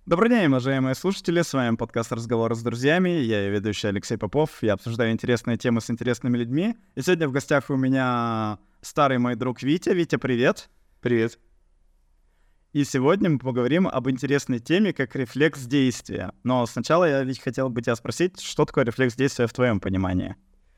Добрый день, уважаемые слушатели, с вами подкаст «Разговоры с друзьями», я и ведущий Алексей Попов, я обсуждаю интересные темы с интересными людьми, и сегодня в гостях у меня старый мой друг Витя. Витя, привет! Привет. И сегодня мы поговорим об интересной теме, как рефлекс действия. Но сначала я ведь хотел бы тебя спросить, что такое рефлекс действия в твоем понимании?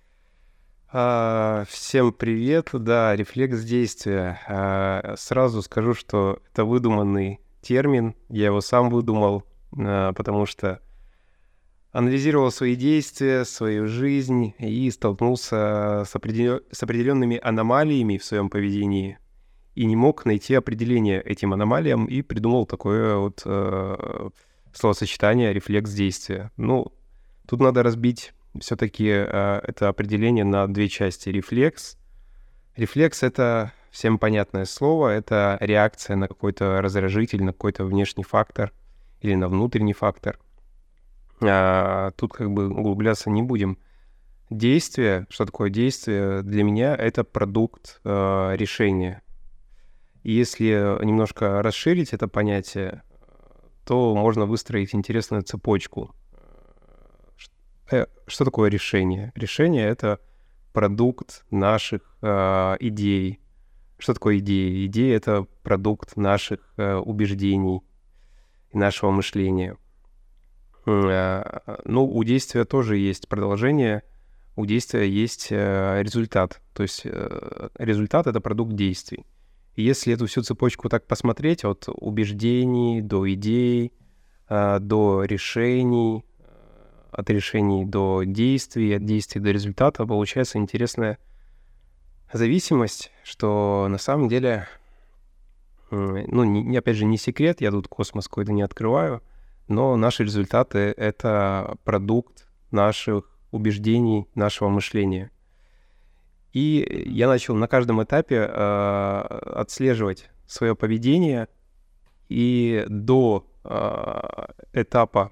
Всем привет. Да, рефлекс действия. Сразу скажу, что это выдуманный термин. Я его сам выдумал, потому что анализировал свои действия, свою жизнь и столкнулся с определенными аномалиями в своем поведении и не мог найти определение этим аномалиям и придумал такое вот словосочетание «рефлекс действия». Ну, тут надо разбить все-таки это определение на две части. Рефлекс. Рефлекс — это всем понятное слово, это реакция на какой-то раздражитель, на какой-то внешний фактор или на внутренний фактор. Тут как бы углубляться не будем. Действие, что такое действие? Для меня это продукт решения. И если немножко расширить это понятие, то можно выстроить интересную цепочку. Что такое решение? Решение — это продукт наших идей. Что такое идея? Идея — это продукт наших убеждений и нашего мышления. Ну, у действия тоже есть продолжение, у действия есть результат. То есть результат — это продукт действий. И если эту всю цепочку так посмотреть, от убеждений до идей, до решений, от решений до действий, от действий до результата, получается интересная зависимость, что на самом деле, ну, опять же, не секрет, я тут космос какой-то не открываю, но наши результаты — это продукт наших убеждений, нашего мышления. И я начал на каждом этапе отслеживать свое поведение, и до этапа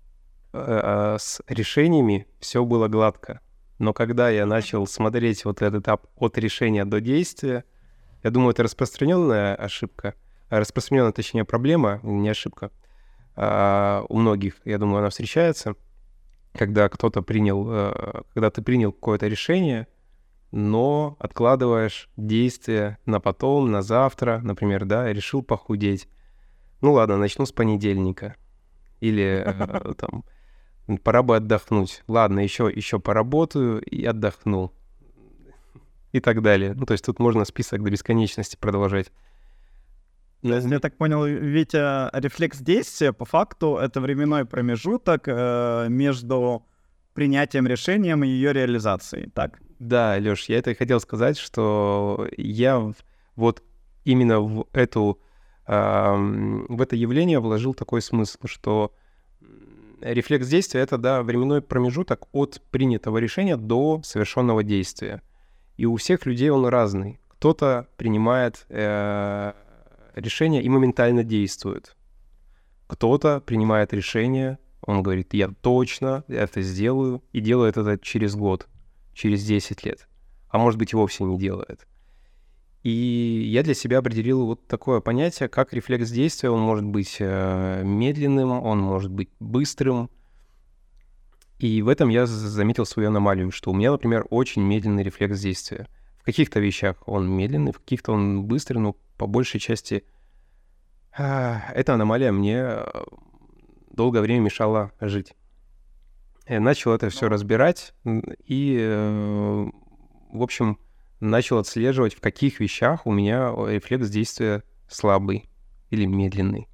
с решениями все было гладко. Но когда я начал смотреть вот этот этап от решения до действия, я думаю, это распространенная ошибка, распространенная, точнее, проблема, не ошибка, у многих, я думаю, она встречается, когда когда ты принял какое-то решение, но откладываешь действие на потом, на завтра, например, да, решил похудеть. Ну ладно, начну с понедельника. Или там, пора бы отдохнуть. Ладно, еще поработаю и отдохну. И так далее. Ну, то есть тут можно список до бесконечности продолжать. То есть, я так понял, Витя, рефлекс действия, по факту, это временной промежуток между принятием решения и ее реализацией, так? Да, Лёш, я это и хотел сказать, что я вот именно в это явление вложил такой смысл, что рефлекс действия — это, да, временной промежуток от принятого решения до совершенного действия. И у всех людей он разный. Кто-то принимает решение и моментально действует. Кто-то принимает решение, он говорит: я точно это сделаю, и делает это через год, через 10 лет. А может быть, и вовсе не делает. И я для себя определил вот такое понятие, как рефлекс действия. Он может быть медленным, он может быть быстрым. И в этом я заметил свою аномалию, что у меня, например, очень медленный рефлекс действия. В каких-то вещах он медленный, в каких-то он быстрый, но по большей части эта аномалия мне долгое время мешала жить. Я начал это все разбирать и, в общем, начал отслеживать, в каких вещах у меня рефлекс действия слабый или медленный.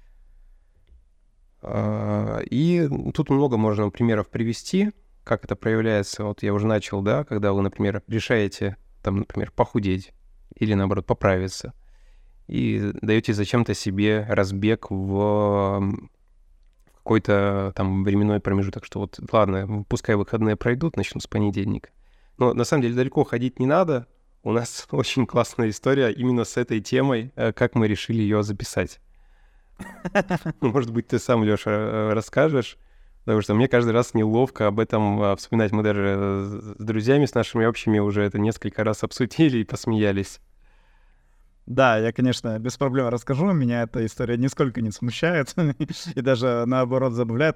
И тут много можно примеров привести, как это проявляется. Вот я уже начал, да, когда вы, например, решаете, там, например, похудеть или, наоборот, поправиться, и даете зачем-то себе разбег в какой-то там временной промежуток, что вот, ладно, пускай выходные пройдут, начну с понедельника. Но на самом деле далеко ходить не надо. У нас очень классная история именно с этой темой, как мы решили ее записать. Может быть, ты сам, Лёша, расскажешь, потому что мне каждый раз неловко об этом вспоминать. Мы даже с друзьями, с нашими общими уже это несколько раз обсудили и посмеялись. Да, я, конечно, без проблем расскажу. Меня эта история нисколько не смущает и даже, наоборот, забавляет.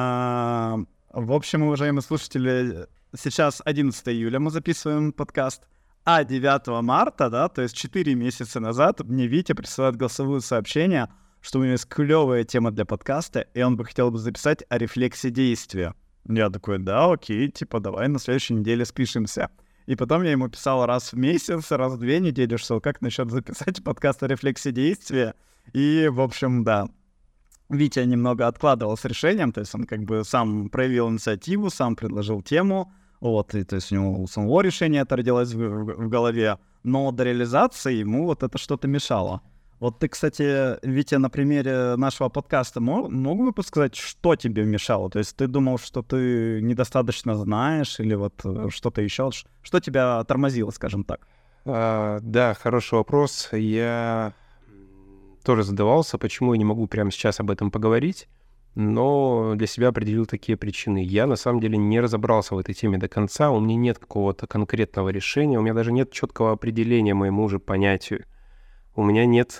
В общем, уважаемые слушатели, сейчас 11 июля мы записываем подкаст, а 9 марта, да, то есть 4 месяца назад, мне Витя присылает голосовое сообщение, что у него есть клевая тема для подкаста, и он бы хотел бы записать о рефлексе действия. Я такой, да, окей, типа, давай на следующей неделе спишемся. И потом я ему писал раз в месяц, раз в 2 недели, что как насчет записать подкаст о рефлексе действия. И, в общем, да, Витя немного откладывал с решением, то есть он как бы сам проявил инициативу, сам предложил тему, вот, и то есть у него у самого решение это родилось в голове, но до реализации ему вот это что-то мешало. Вот ты, кстати, Витя, на примере нашего подкаста мог бы подсказать, что тебе мешало? То есть ты думал, что ты недостаточно знаешь или вот что-то еще? Что тебя тормозило, скажем так? Да, хороший вопрос. Я тоже задавался, почему я не могу прямо сейчас об этом поговорить, но для себя определил такие причины. Я, на самом деле, не разобрался в этой теме до конца, у меня нет какого-то конкретного решения, у меня даже нет четкого определения моему же понятию. У меня нет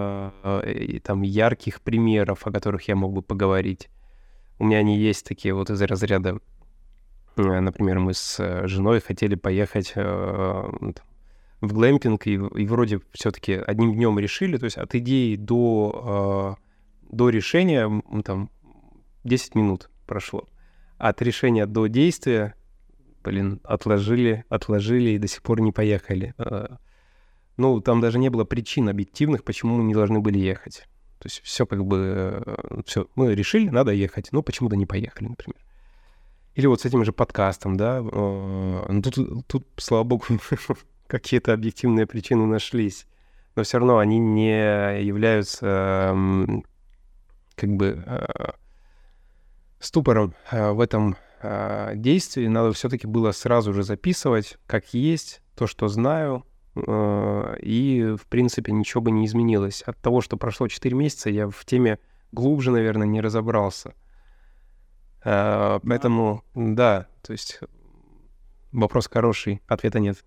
там ярких примеров, о которых я мог бы поговорить. У меня они есть такие вот из разряда. Например, мы с женой хотели поехать в глэмпинг, и вроде все-таки одним днем решили. То есть от идеи до решения там 10 минут прошло. От решения до действия, отложили и до сих пор не поехали. Ну, там даже не было причин объективных, почему мы не должны были ехать. То есть все как бы... Все, мы решили, надо ехать, но почему-то не поехали, например. Или вот с этим же подкастом, да. Ну, тут, слава богу, какие-то объективные причины нашлись. Но все равно они не являются как бы ступором в этом действии. Надо все-таки было сразу же записывать, как есть, то, что знаю. И, в принципе, ничего бы не изменилось. От того, что прошло 4 месяца, я в теме глубже, наверное, не разобрался. Поэтому, да, то есть вопрос хороший, ответа нет.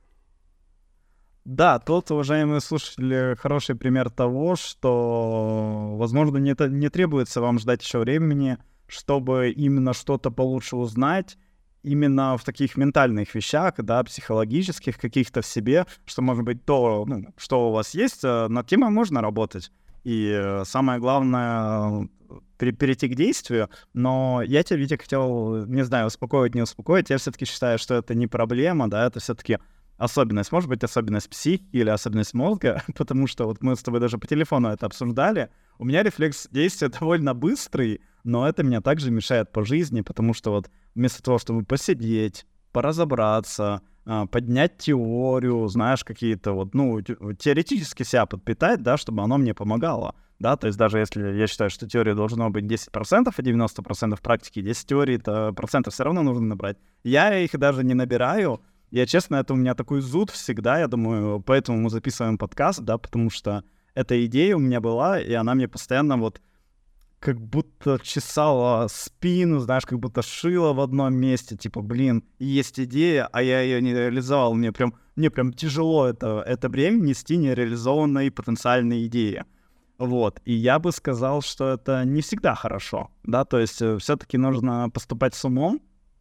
Да, тут, уважаемые слушатели, хороший пример того, что, возможно, не требуется вам ждать еще времени, чтобы именно что-то получше узнать, именно в таких ментальных вещах, да, психологических каких-то в себе, что, может быть, то, что у вас есть, над темой можно работать. И самое главное перейти к действию. Но я тебя, Витя, хотел, не знаю, успокоить, не успокоить. Я все-таки считаю, что это не проблема, да, это все-таки особенность. Может быть, особенность психики или особенность мозга, потому что вот мы с тобой даже по телефону это обсуждали. У меня рефлекс действия довольно быстрый, но это меня также мешает по жизни, потому что вот вместо того, чтобы посидеть, поразобраться, поднять теорию, знаешь, какие-то вот, теоретически себя подпитать, да, чтобы оно мне помогало, да, то есть даже если я считаю, что теории должно быть 10%, а 90% практики, 10 теорий-то процентов все равно нужно набрать. Я их даже не набираю. Я, честно, это у меня такой зуд всегда, я думаю, поэтому мы записываем подкаст, да, потому что эта идея у меня была, и она мне постоянно вот как будто чесала спину, знаешь, как будто шила в одном месте, типа, есть идея, а я ее не реализовал, мне прям тяжело это бремя нести нереализованные потенциальные идеи. Вот, и я бы сказал, что это не всегда хорошо, да, то есть все-таки нужно поступать с умом,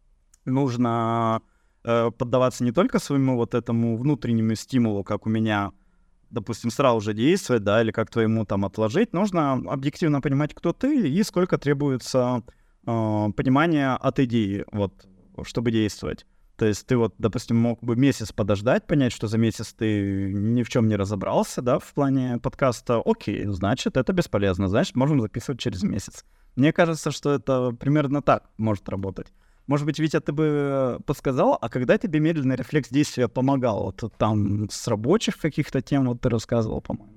нужно поддаваться не только своему вот этому внутреннему стимулу, как у меня, допустим, сразу же действовать, да, или как твоему там отложить, нужно объективно понимать, кто ты и сколько требуется понимания от идеи, вот, чтобы действовать. То есть ты вот, допустим, мог бы месяц подождать, понять, что за месяц ты ни в чем не разобрался, да, в плане подкаста. Окей, значит, это бесполезно, значит, можем записывать через месяц. Мне кажется, что это примерно так может работать. Может быть, Витя, ты бы подсказал, а когда тебе медленный рефлекс действия помогал? Вот там с рабочих каких-то тем вот ты рассказывал, по-моему.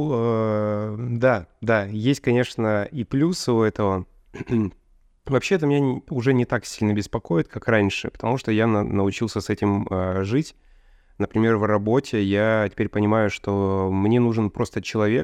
Ну, да, есть, конечно, и плюсы у этого. Вообще это меня уже не так сильно беспокоит, как раньше, потому что я научился с этим жить. Например, в работе я теперь понимаю, что мне нужен просто человек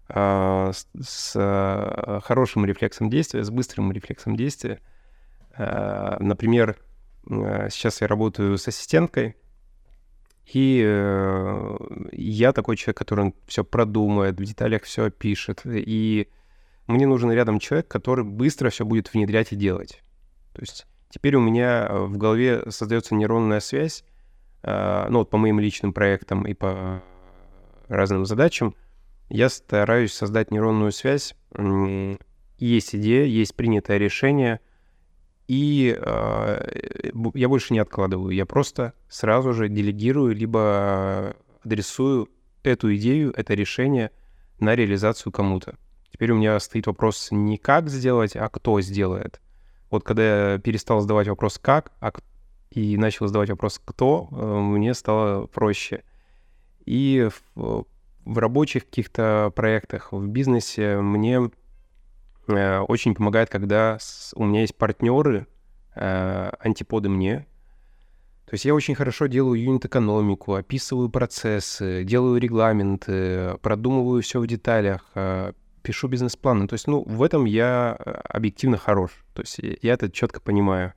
с хорошим рефлексом действия, с быстрым рефлексом действия. Например, сейчас я работаю с ассистенткой, И я такой человек, который все продумает, в деталях все опишет. И мне нужен рядом человек, который быстро все будет внедрять и делать. То есть теперь у меня в голове создается нейронная связь, ну вот по моим личным проектам и по разным задачам, я стараюсь создать нейронную связь. Есть идея, есть принятое решение, и я больше не откладываю. Я просто сразу же делегирую, либо адресую эту идею, это решение на реализацию кому-то. Теперь у меня стоит вопрос не как сделать, а кто сделает. Вот когда я перестал задавать вопрос «как», и начал задавать вопрос «кто», мне стало проще. И в рабочих каких-то проектах, в бизнесе мне очень помогает, когда у меня есть партнеры, антиподы мне. То есть я очень хорошо делаю юнит-экономику, описываю процессы, делаю регламенты, продумываю все в деталях, пишу бизнес-планы. То есть, в этом я объективно хорош. То есть я это четко понимаю.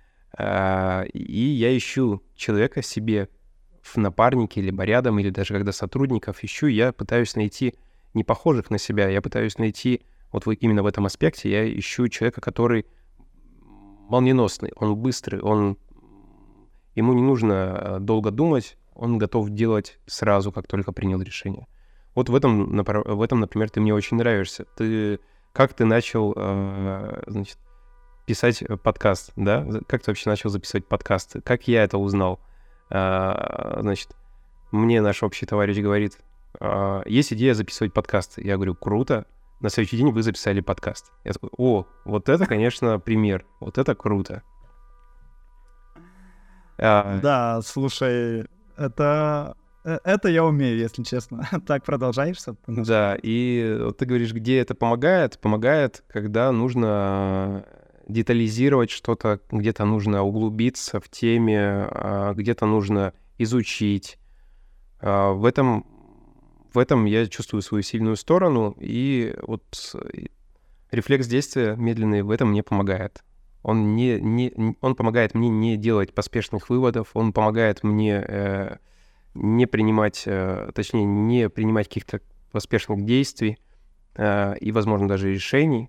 И я ищу человека себе в напарнике, либо рядом, или даже когда сотрудников ищу, я пытаюсь найти не похожих на себя, я пытаюсь найти, именно в этом аспекте, я ищу человека, который молниеносный, он быстрый, ему не нужно долго думать, он готов делать сразу, как только принял решение. Вот в этом, например, ты мне очень нравишься. Как ты начал, писать подкаст, да? Как ты вообще начал записывать подкасты? Как я это узнал? Мне наш общий товарищ говорит, есть идея записывать подкасты. Я говорю, круто. На следующий день вы записали подкаст. Я такой, вот это, конечно, пример. Вот это круто. Да, слушай, это я умею, если честно. Так продолжаешься? Да, и ты говоришь, где это помогает? Помогает, когда нужно детализировать что-то, где-то нужно углубиться в теме, где-то нужно изучить. В этом я чувствую свою сильную сторону, и вот рефлекс действия медленный в этом мне помогает. Он помогает мне не делать поспешных выводов, он помогает мне не принимать каких-то поспешных действий и, возможно, даже решений.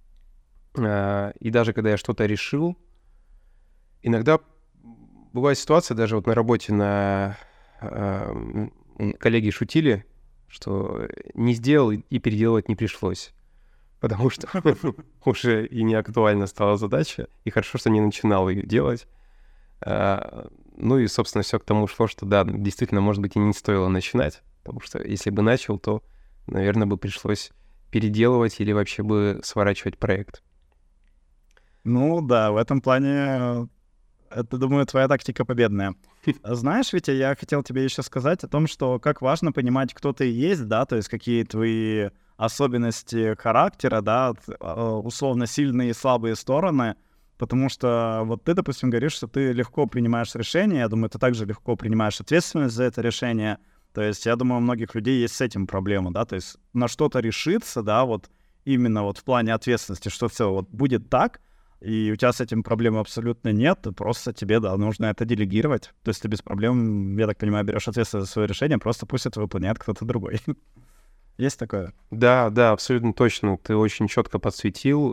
И даже когда я что-то решил, иногда бывает ситуация, даже вот на работе коллеги шутили, что не сделал и переделывать не пришлось, потому что уже и не актуальна стала задача, и хорошо, что не начинал ее делать. И, собственно, все к тому шло, что да, действительно, может быть, и не стоило начинать, потому что если бы начал, то, наверное, бы пришлось переделывать или вообще бы сворачивать проект. Да, в этом плане, это, думаю, твоя тактика победная. Знаешь, Витя, я хотел тебе еще сказать о том, что как важно понимать, кто ты есть, да, то есть какие твои особенности характера, да, условно сильные и слабые стороны, потому что вот ты, допустим, говоришь, что ты легко принимаешь решения, я думаю, ты также легко принимаешь ответственность за это решение, то есть я думаю, у многих людей есть с этим проблема, да, то есть на что-то решиться, да, вот именно вот в плане ответственности, что все вот будет так, и у тебя с этим проблемы абсолютно нет, просто тебе, да, нужно это делегировать. То есть ты без проблем, я так понимаю, берешь ответственность за свое решение, просто пусть это выполняет кто-то другой. Есть такое? Да, абсолютно точно. Ты очень четко подсветил.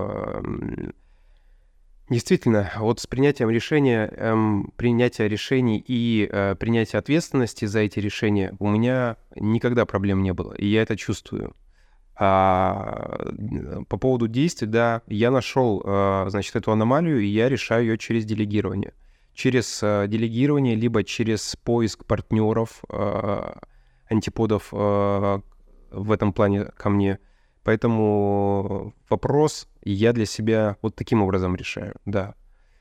Действительно, вот с принятия решений и принятия ответственности за эти решения у меня никогда проблем не было, и я это чувствую. По поводу действий, да, я нашел, эту аномалию, и я решаю ее через делегирование. Через делегирование, либо через поиск партнеров, антиподов в этом плане ко мне. Поэтому вопрос я для себя вот таким образом решаю, да.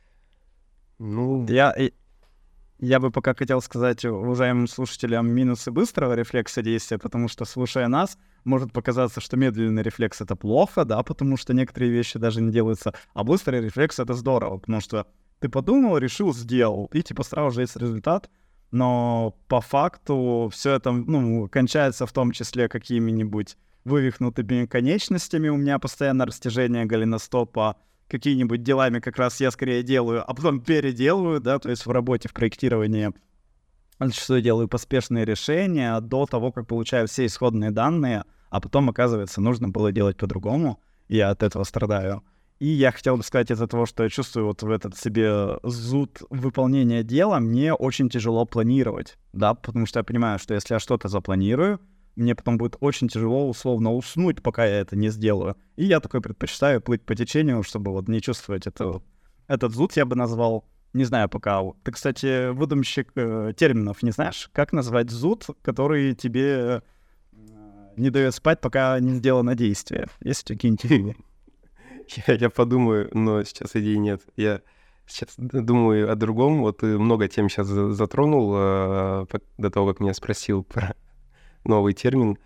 Я бы пока хотел сказать уважаемым слушателям минусы быстрого рефлекса действия, потому что, слушая нас, может показаться, что медленный рефлекс — это плохо, да, потому что некоторые вещи даже не делаются, а быстрый рефлекс — это здорово, потому что ты подумал, решил, сделал, и сразу же есть результат, но по факту все это, кончается в том числе какими-нибудь вывихнутыми конечностями, у меня постоянно растяжение голеностопа, какими-нибудь делами как раз я скорее делаю, а потом переделываю, да, то есть в работе, в проектировании зачастую делаю поспешные решения до того, как получаю все исходные данные, а потом, оказывается, нужно было делать по-другому, и я от этого страдаю. И я хотел бы сказать из-за того, что я чувствую вот в этот себе зуд выполнения дела, мне очень тяжело планировать, да, потому что я понимаю, что если я что-то запланирую, мне потом будет очень тяжело условно уснуть, пока я это не сделаю. И я такой предпочитаю плыть по течению, чтобы вот не чувствовать этот зуд, я бы назвал. Не знаю пока. Ты, кстати, выдумщик терминов, не знаешь, как назвать зуд, который тебе не дает спать, пока не сделано действие? Есть какие-нибудь идеи? Я подумаю, но сейчас идей нет. Я сейчас думаю о другом. Вот ты много тем сейчас затронул до того, как меня спросил про новый термин.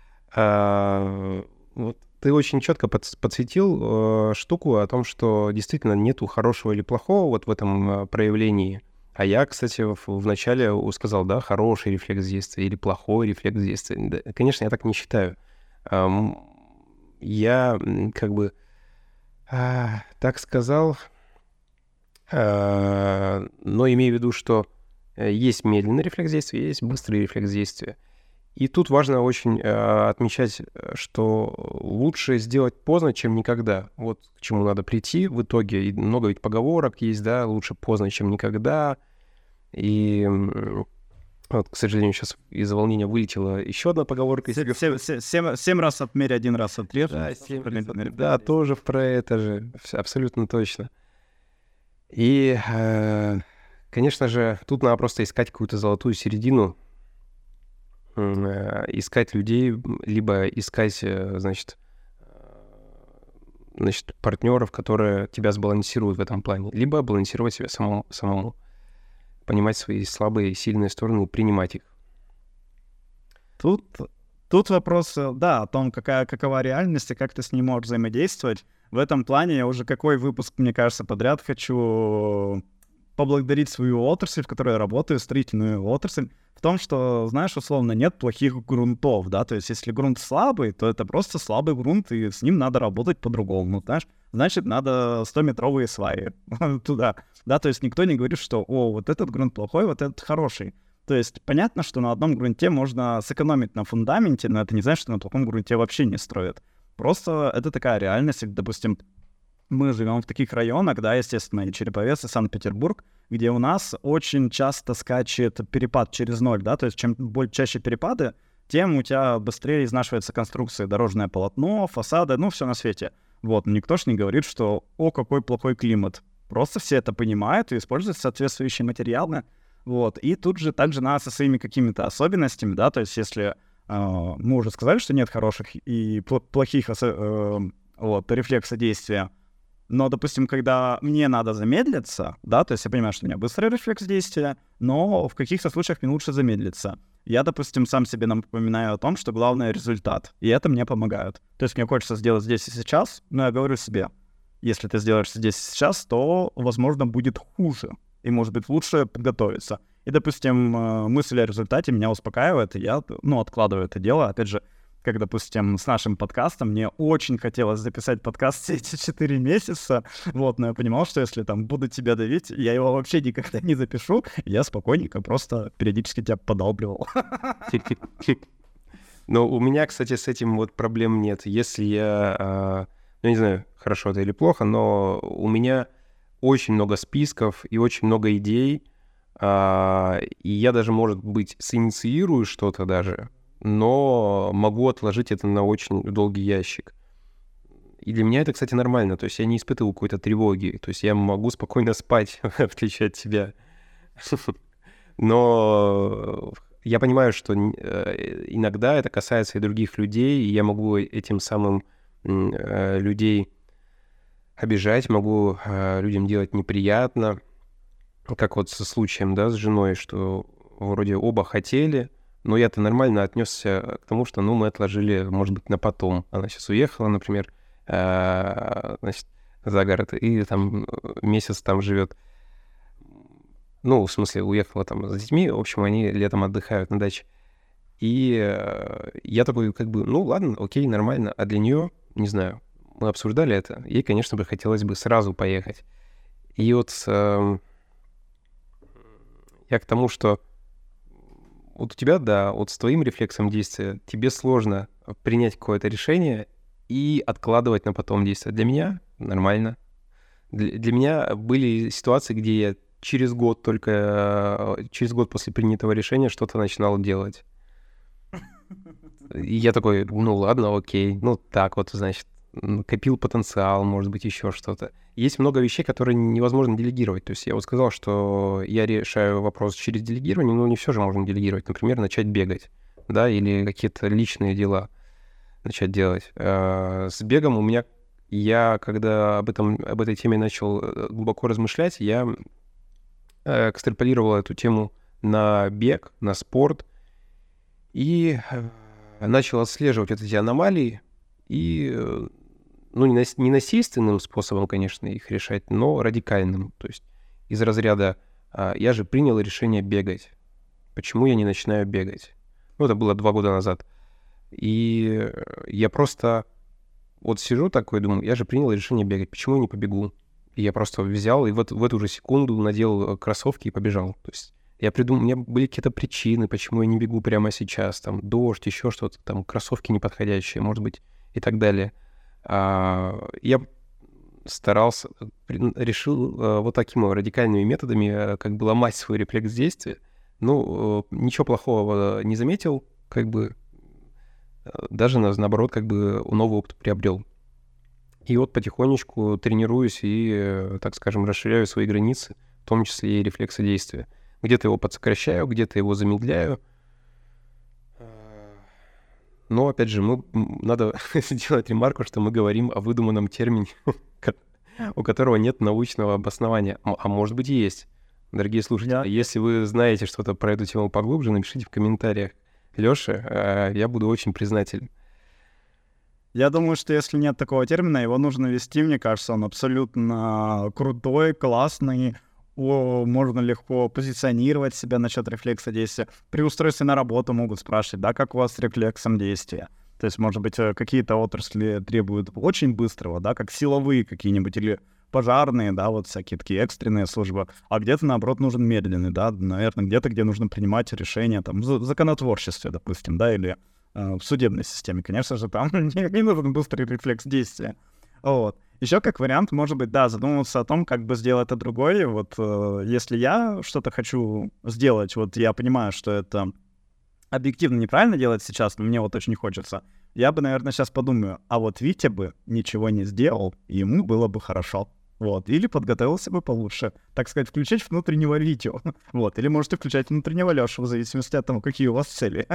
Вот ты очень четко подсветил штуку о том, что действительно нету хорошего или плохого вот в этом проявлении. А я, кстати, вначале сказал, да, хороший рефлекс действия или плохой рефлекс действия. Да, конечно, я так не считаю. Я как бы так сказал, но имею в виду, что есть медленный рефлекс действия, есть быстрый рефлекс действия. И тут важно очень отмечать, что лучше сделать поздно, чем никогда. Вот к чему надо прийти в итоге. И много ведь поговорок есть, да, лучше поздно, чем никогда. И вот, к сожалению, сейчас из-за волнения вылетела еще одна поговорка. 7 раз отмерь, 1 раз отрежь. Да, тоже про это же. Абсолютно точно. И, конечно же, тут надо просто искать какую-то золотую середину, искать людей, либо искать, значит, партнеров, которые тебя сбалансируют в этом плане, либо балансировать себя самому, понимать свои слабые и сильные стороны и принимать их. Тут вопрос, да, о том, какова реальность и как ты с ней можешь взаимодействовать. В этом плане я уже какой выпуск, мне кажется, подряд хочу поблагодарить свою отрасль, в которой я работаю, строительную отрасль, в том, что, знаешь, условно, нет плохих грунтов, да, то есть если грунт слабый, то это просто слабый грунт, и с ним надо работать по-другому, знаешь, значит, надо 100-метровые сваи туда, да, то есть никто не говорит, что, вот этот грунт плохой, вот этот хороший. То есть понятно, что на одном грунте можно сэкономить на фундаменте, но это не значит, что на таком грунте вообще не строят. Просто это такая реальность, допустим, мы живем в таких районах, да, естественно, и Череповец, и Санкт-Петербург, где у нас очень часто скачет перепад через ноль, да, то есть чем чаще перепады, тем у тебя быстрее изнашивается конструкция, дорожное полотно, фасады, ну, все на свете. Вот, никто ж не говорит, что, какой плохой климат. Просто все это понимают и используют соответствующие материалы. Вот, и тут же также надо со своими какими-то особенностями, да, то есть если мы уже сказали, что нет хороших и плохих рефлексодействия, но, допустим, когда мне надо замедлиться, да, то есть я понимаю, что у меня быстрый рефлекс действия, но в каких-то случаях мне лучше замедлиться. Я, допустим, сам себе напоминаю о том, что главное — результат, и это мне помогает. То есть мне хочется сделать здесь и сейчас, но я говорю себе, если ты сделаешь здесь и сейчас, то, возможно, будет хуже, и, может быть, лучше подготовиться. И, допустим, мысль о результате меня успокаивает, и я, откладываю это дело. Опять же, как, допустим, с нашим подкастом, мне очень хотелось записать подкаст все эти 4 месяца, но я понимал, что если там буду тебя давить, я его вообще никогда не запишу, я спокойненько просто периодически тебя подалбливал. Но у меня, кстати, с этим вот проблем нет. Если я, не знаю, хорошо это или плохо, но у меня очень много списков и очень много идей, и я даже, может быть, синициирую что-то даже, но могу отложить это на очень долгий ящик. И для меня это, кстати, нормально. То есть я не испытываю какой-то тревоги. То есть я могу спокойно спать, в отличие от тебя. Но я понимаю, что иногда это касается и других людей, и я могу этим самым людей обижать, могу людям делать неприятно. Как вот со случаем, да, с женой, что вроде оба хотели, но я-то нормально отнесся к тому, что, мы отложили, может быть, на потом. Она сейчас уехала, например, значит, за город, и там месяц там живет. В смысле, уехала там с детьми, в общем, они летом отдыхают на даче. И я такой, ладно, окей, нормально. А для нее, не знаю, мы обсуждали это, ей, конечно бы, хотелось бы сразу поехать. И вот я к тому, что вот у тебя, да, вот с твоим рефлексом действия тебе сложно принять какое-то решение и откладывать на потом действия. Для меня нормально. Для меня были ситуации, где я через год после принятого решения что-то начинал делать. И я такой, ну ладно, окей, ну так вот, значит, копил потенциал, может быть, еще что-то. Есть много вещей, которые невозможно делегировать. То есть я вот сказал, что я решаю вопрос через делегирование, но не все же можно делегировать. Например, начать бегать, да, или какие-то личные дела начать делать. С бегом у меня, я когда об этой теме начал глубоко размышлять, я экстраполировал эту тему на бег, на спорт, и начал отслеживать вот эти аномалии и, ну, не насильственным способом, конечно, их решать, но радикальным. То есть из разряда «я же принял решение бегать. Почему я не начинаю бегать?» Ну, это было 2 года назад. И я просто вот сижу такой, думаю, я же принял решение бегать, почему я не побегу? И я просто взял и в эту же секунду надел кроссовки и побежал. То есть я придумал, у меня были какие-то причины, почему я не бегу прямо сейчас, там, дождь, еще что-то, там, кроссовки неподходящие, может быть, и так далее. Я старался, решил вот такими радикальными методами как бы ломать свой рефлекс действия. Ну, ничего плохого не заметил, как бы, даже наоборот, как бы новый опыт приобрел. И вот потихонечку тренируюсь и, так скажем, расширяю свои границы, в том числе и рефлексы действия. Где-то его подсокращаю, где-то его замедляю. Но, опять же, надо сделать ремарку, что мы говорим о выдуманном термине, у которого нет научного обоснования. А может быть и есть. Дорогие слушатели, если вы знаете что-то про эту тему поглубже, напишите в комментариях. Лёша, я буду очень признателен. Я думаю, что если нет такого термина, его нужно ввести, мне кажется, он абсолютно крутой, классный, можно легко позиционировать себя насчет рефлекса действия. При устройстве на работу могут спрашивать, да, как у вас с рефлексом действия. То есть, может быть, какие-то отрасли требуют очень быстрого, да, как силовые какие-нибудь или пожарные, да, вот всякие такие экстренные службы, а где-то, наоборот, нужен медленный, да, наверное, где-то, где нужно принимать решения, там, в законотворчестве, допустим, да, или в судебной системе, конечно же, там не нужен быстрый рефлекс действия. Вот. Еще как вариант, может быть, да, задумываться о том, как бы сделать это другое. Вот если я что-то хочу сделать, вот я понимаю, что это объективно неправильно делать сейчас, но мне вот очень хочется, я бы, наверное, сейчас подумаю, а вот Витя бы ничего не сделал, и ему было бы хорошо. Вот. Или подготовился бы получше. Так сказать, включать внутреннего Витю. Вот. Или можете включать внутреннего Лёшу, в зависимости от того, какие у вас цели.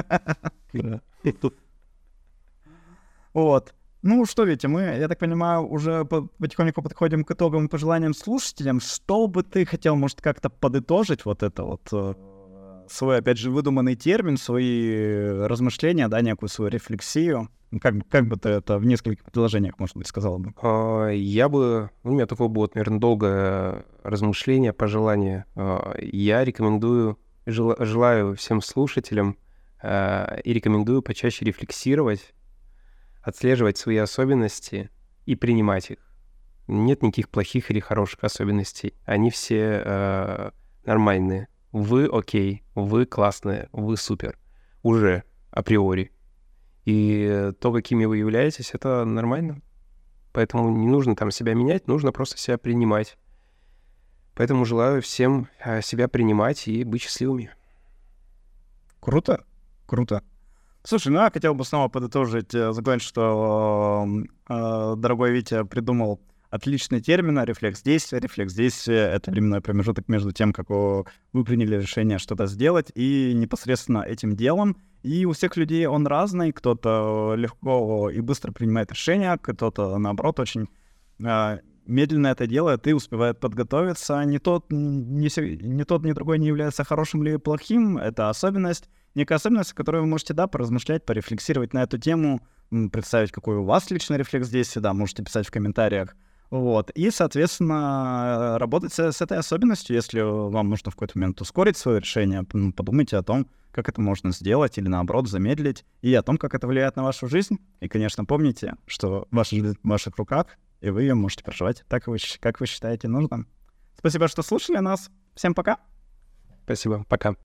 Вот. Ну что, Витя, мы, я так понимаю, уже потихоньку подходим к итогам и пожеланиям слушателям. Что бы ты хотел, может, как-то подытожить вот это вот свой, опять же, выдуманный термин, свои размышления, да, некую свою рефлексию? Как бы ты это в нескольких предложениях, может быть, сказал бы? У меня такое будет, наверное, долгое размышление, пожелание. Я рекомендую, желаю всем слушателям и рекомендую почаще рефлексировать, отслеживать свои особенности и принимать их. Нет никаких плохих или хороших особенностей. Они все нормальные. Вы окей, вы классные, вы супер. Уже априори. И то, какими вы являетесь, это нормально. Поэтому не нужно там себя менять, нужно просто себя принимать. Поэтому желаю всем себя принимать и быть счастливыми. Круто, круто. Слушай, ну я хотел бы снова подытожить, закончить, что дорогой Витя придумал отличный термин рефлекс действия. Рефлекс действия — это временной промежуток между тем, как вы приняли решение что-то сделать, и непосредственно этим делом. И у всех людей он разный. Кто-то легко и быстро принимает решения, кто-то, наоборот, очень медленно это делает и успевает подготовиться. Ни тот, ни другой не является хорошим или плохим. Это особенность. Некая особенность, которую вы можете, да, поразмышлять, порефлексировать на эту тему, представить, какой у вас личный рефлекс действия, да, можете писать в комментариях. Вот. И, соответственно, работать с этой особенностью. Если вам нужно в какой-то момент ускорить свое решение, подумайте о том, как это можно сделать или, наоборот, замедлить, и о том, как это влияет на вашу жизнь. И, конечно, помните, что ваша жизнь в ваших руках, и вы ее можете проживать так, как вы считаете нужным. Спасибо, что слушали нас. Всем пока. Спасибо. Пока.